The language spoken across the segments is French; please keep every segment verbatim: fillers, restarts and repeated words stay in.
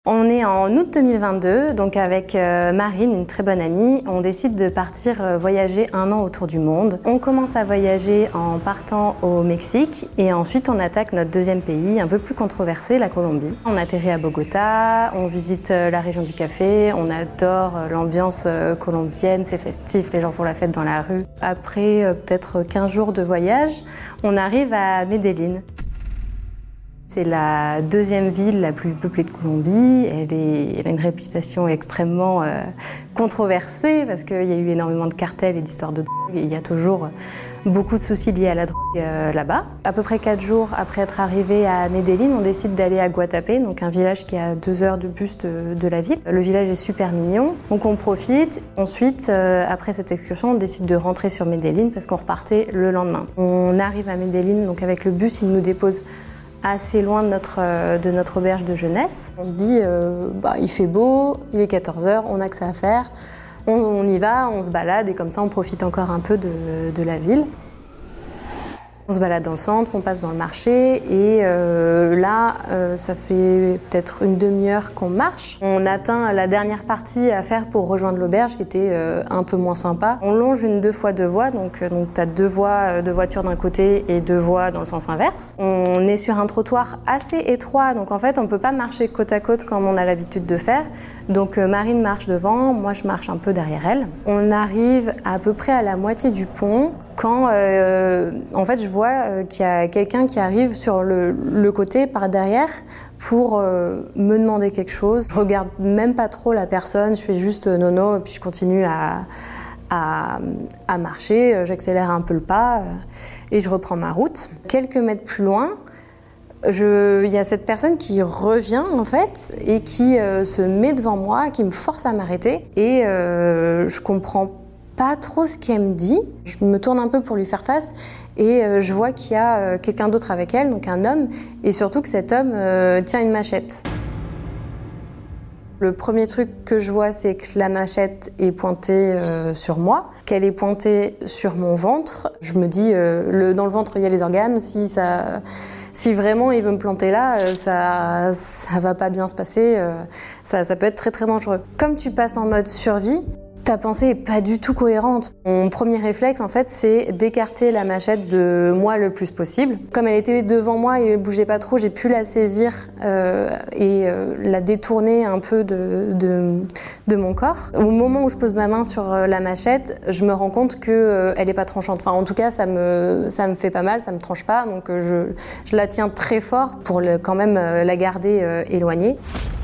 On est en août deux mille vingt-deux, donc avec euh, Marine, une très bonne amie, on décide de partir euh, voyager un an autour du monde. On commence à voyager en partant au Mexique et ensuite on attaque notre deuxième pays, un peu plus controversé, la Colombie. On atterrit à Bogota, on visite euh, la région du café, on adore euh, l'ambiance euh, colombienne, c'est festif, les gens font la fête dans la rue. Après euh, peut-être quinze jours de voyage, on arrive à Medellín. C'est la deuxième ville la plus peuplée de Colombie. Elle, est, elle a une réputation extrêmement euh, controversée parce qu'il y a eu énormément de cartels et d'histoires de drogue et il y a toujours beaucoup de soucis liés à la drogue euh, là-bas. À peu près quatre jours après être arrivé à Medellín, on décide d'aller à Guatapé, donc un village qui est à deux heures de bus de, de la ville. Le village est super mignon, donc on profite. Ensuite, euh, après cette excursion, on décide de rentrer sur Medellín parce qu'on repartait le lendemain. On arrive à Medellín, donc avec le bus, il nous dépose assez loin de notre, de notre auberge de jeunesse. On se dit, euh, bah, il fait beau, il est quatorze heures, on n'a que ça à faire. On, on y va, on se balade et comme ça on profite encore un peu de, de la ville. On se balade dans le centre, on passe dans le marché et euh, là, euh, ça fait peut-être une demi-heure qu'on marche. On atteint la dernière partie à faire pour rejoindre l'auberge qui était euh, un peu moins sympa. On longe une deux fois deux voies, donc, euh, donc tu as deux voies de voitures d'un côté et deux voies dans le sens inverse. On est sur un trottoir assez étroit, donc en fait on ne peut pas marcher côte à côte comme on a l'habitude de faire. Donc euh, Marine marche devant, moi je marche un peu derrière elle. On arrive à peu près à la moitié du pont quand euh, en fait je vois euh, qu'il y a quelqu'un qui arrive sur le, le côté par derrière pour euh, me demander quelque chose. Je regarde même pas trop la personne, je fais juste euh, nono et puis je continue à, à, à marcher, j'accélère un peu le pas euh, et je reprends ma route. Quelques mètres plus loin, Je, il y a cette personne qui revient en fait et qui euh, se met devant moi, qui me force à m'arrêter et euh, je comprends pas trop ce qu'elle me dit. Je me tourne un peu pour lui faire face et euh, je vois qu'il y a euh, quelqu'un d'autre avec elle, donc un homme, et surtout que cet homme euh, tient une machette. Le premier truc que je vois, c'est que la machette est pointée euh, sur moi, qu'elle est pointée sur mon ventre. Je me dis, euh, le, dans le ventre, il y a les organes, si ça... Si vraiment il veut me planter là, ça, ça va pas bien se passer, ça, ça peut être très très dangereux. Comme tu passes en mode survie, ta pensée est pas du tout cohérente. Mon premier réflexe en fait, c'est d'écarter la machette de moi le plus possible. Comme elle était devant moi et elle bougeait pas trop, j'ai pu la saisir euh, et euh, la détourner un peu de, de, de mon corps. Au moment où je pose ma main sur la machette, je me rends compte que euh, elle est pas tranchante. Enfin, en tout cas, ça me ça me fait pas mal, ça me tranche pas, donc euh, je je la tiens très fort pour le, quand même euh, la garder euh, éloignée.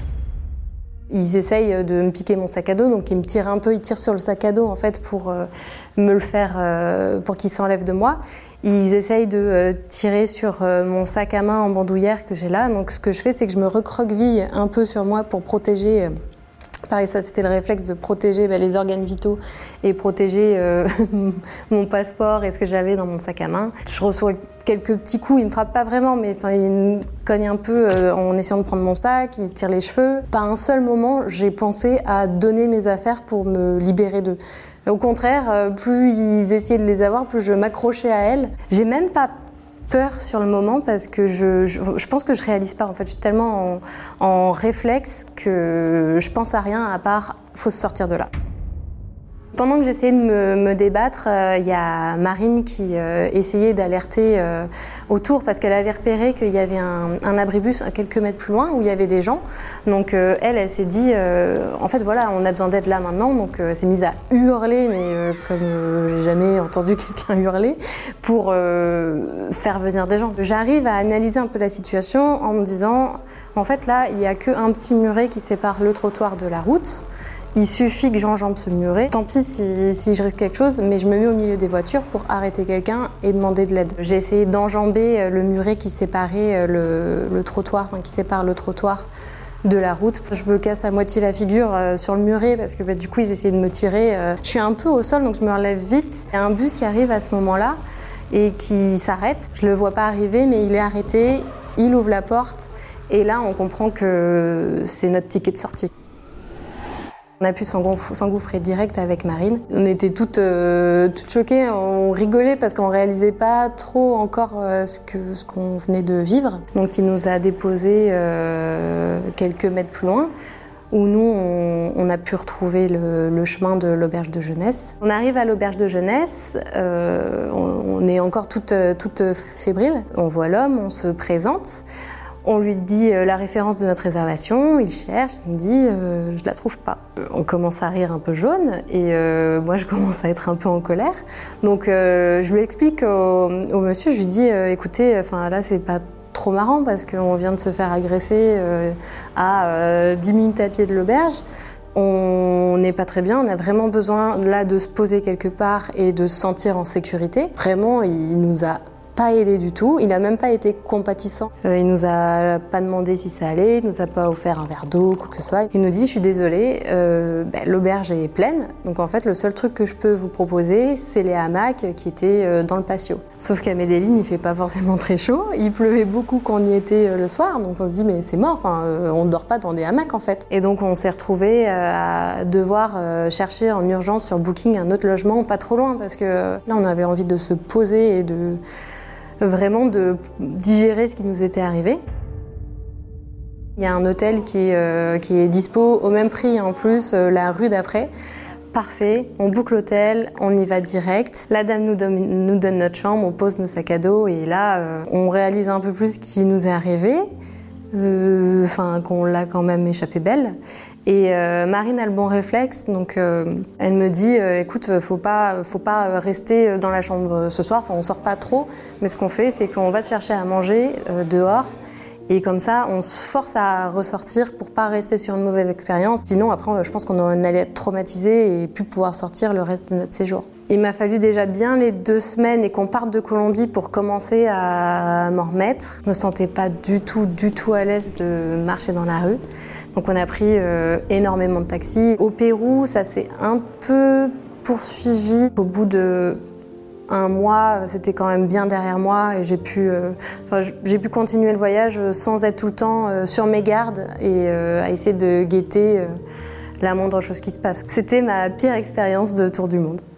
Ils essayent de me piquer mon sac à dos, donc ils me tirent un peu, ils tirent sur le sac à dos en fait pour euh, me le faire, euh, pour qu'il s'enlève de moi. Ils essayent de euh, tirer sur euh, mon sac à main en bandoulière que j'ai là, donc ce que je fais c'est que je me recroqueville un peu sur moi pour protéger. Euh, Pareil, ça c'était le réflexe de protéger bah, les organes vitaux et protéger euh, mon passeport et ce que j'avais dans mon sac à main. Je reçois quelques petits coups, il me frappe pas vraiment, mais enfin il me cogne un peu euh, en essayant de prendre mon sac, il me tire les cheveux. Pas un seul moment j'ai pensé à donner mes affaires pour me libérer d'eux. Au contraire, euh, plus ils essayaient de les avoir, plus je m'accrochais à elles. J'ai même pas peur sur le moment parce que je, je, je pense que je réalise pas en fait, je suis tellement en, en réflexe que je pense à rien à part faut se sortir de là. Pendant que j'essayais de me, me débattre, il euh, y a Marine qui euh, essayait d'alerter euh, autour parce qu'elle avait repéré qu'il y avait un, un abribus à quelques mètres plus loin où il y avait des gens. Donc euh, elle, elle s'est dit, euh, en fait voilà, on a besoin d'aide là maintenant. Donc euh, elle s'est mise à hurler, mais euh, comme euh, j'ai jamais entendu quelqu'un hurler, pour euh, faire venir des gens. J'arrive à analyser un peu la situation en me disant, en fait là, il n'y a qu'un petit muret qui sépare le trottoir de la route. Il suffit que j'enjambe ce muret. Tant pis si, si je risque quelque chose, mais je me mets au milieu des voitures pour arrêter quelqu'un et demander de l'aide. J'ai essayé d'enjamber le muret qui séparait le, le trottoir, enfin, qui sépare le trottoir de la route. Je me casse à moitié la figure euh, sur le muret parce que bah, du coup ils essayaient de me tirer. Euh. Je suis un peu au sol donc je me relève vite. Il y a un bus qui arrive à ce moment-là et qui s'arrête. Je le vois pas arriver mais il est arrêté, il ouvre la porte et là on comprend que c'est notre ticket de sortie. On a pu s'engouffrer direct avec Marine. On était toutes, euh, toutes choquées, on rigolait parce qu'on réalisait pas trop encore euh, ce que ce qu'on venait de vivre. Donc il nous a déposés euh, quelques mètres plus loin, où nous, on, on a pu retrouver le, le chemin de l'auberge de jeunesse. On arrive à l'auberge de jeunesse, euh, on, on est encore toutes, toutes fébriles. On voit l'homme, on se présente. On lui dit la référence de notre réservation, il cherche, il me dit euh, « je la trouve pas ». On commence à rire un peu jaune et euh, moi je commence à être un peu en colère. Donc euh, je lui explique au, au monsieur, je lui dis euh, « écoutez, enfin là c'est pas trop marrant parce qu'on vient de se faire agresser euh, à euh, dix minutes à pied de l'auberge. On n'est pas très bien, on a vraiment besoin là de se poser quelque part et de se sentir en sécurité. » Vraiment, il nous a pas aidé du tout, il a même pas été compatissant. Euh, il nous a pas demandé si ça allait, il nous a pas offert un verre d'eau, quoi que ce soit. Il nous dit, je suis désolée, euh, ben, l'auberge est pleine, donc en fait le seul truc que je peux vous proposer, c'est les hamacs qui étaient euh, dans le patio. Sauf qu'à Medellín, il fait pas forcément très chaud, il pleuvait beaucoup quand on y était euh, le soir, donc on se dit mais c'est mort, enfin, euh, on ne dort pas dans des hamacs en fait. Et donc on s'est retrouvés euh, à devoir euh, chercher en urgence sur Booking un autre logement pas trop loin, parce que euh, là on avait envie de se poser et de vraiment de digérer ce qui nous était arrivé. Il y a un hôtel qui est, euh, qui est dispo au même prix en plus, euh, la rue d'après. Parfait, on boucle l'hôtel, on y va direct. La dame nous donne, nous donne notre chambre, on pose nos sacs à dos et là, euh, on réalise un peu plus ce qui nous est arrivé. Euh, enfin, qu'on l'a quand même échappé belle. Et euh, Marine a le bon réflexe, donc euh, elle me dit euh, écoute, faut pas, faut pas rester dans la chambre ce soir, enfin on sort pas trop, mais ce qu'on fait, c'est qu'on va chercher à manger euh, dehors, et comme ça, on se force à ressortir pour pas rester sur une mauvaise expérience. Sinon, après, je pense qu'on allait être traumatisés et plus pouvoir sortir le reste de notre séjour. Il m'a fallu déjà bien les deux semaines et qu'on parte de Colombie pour commencer à m'en remettre. Je me sentais pas du tout, du tout à l'aise de marcher dans la rue. Donc on a pris euh, énormément de taxis. Au Pérou, ça s'est un peu poursuivi. Au bout de un mois, c'était quand même bien derrière moi et j'ai pu, euh, enfin, j'ai pu continuer le voyage sans être tout le temps euh, sur mes gardes et euh, à essayer de guetter euh, la moindre chose qui se passe. C'était ma pire expérience de tour du monde.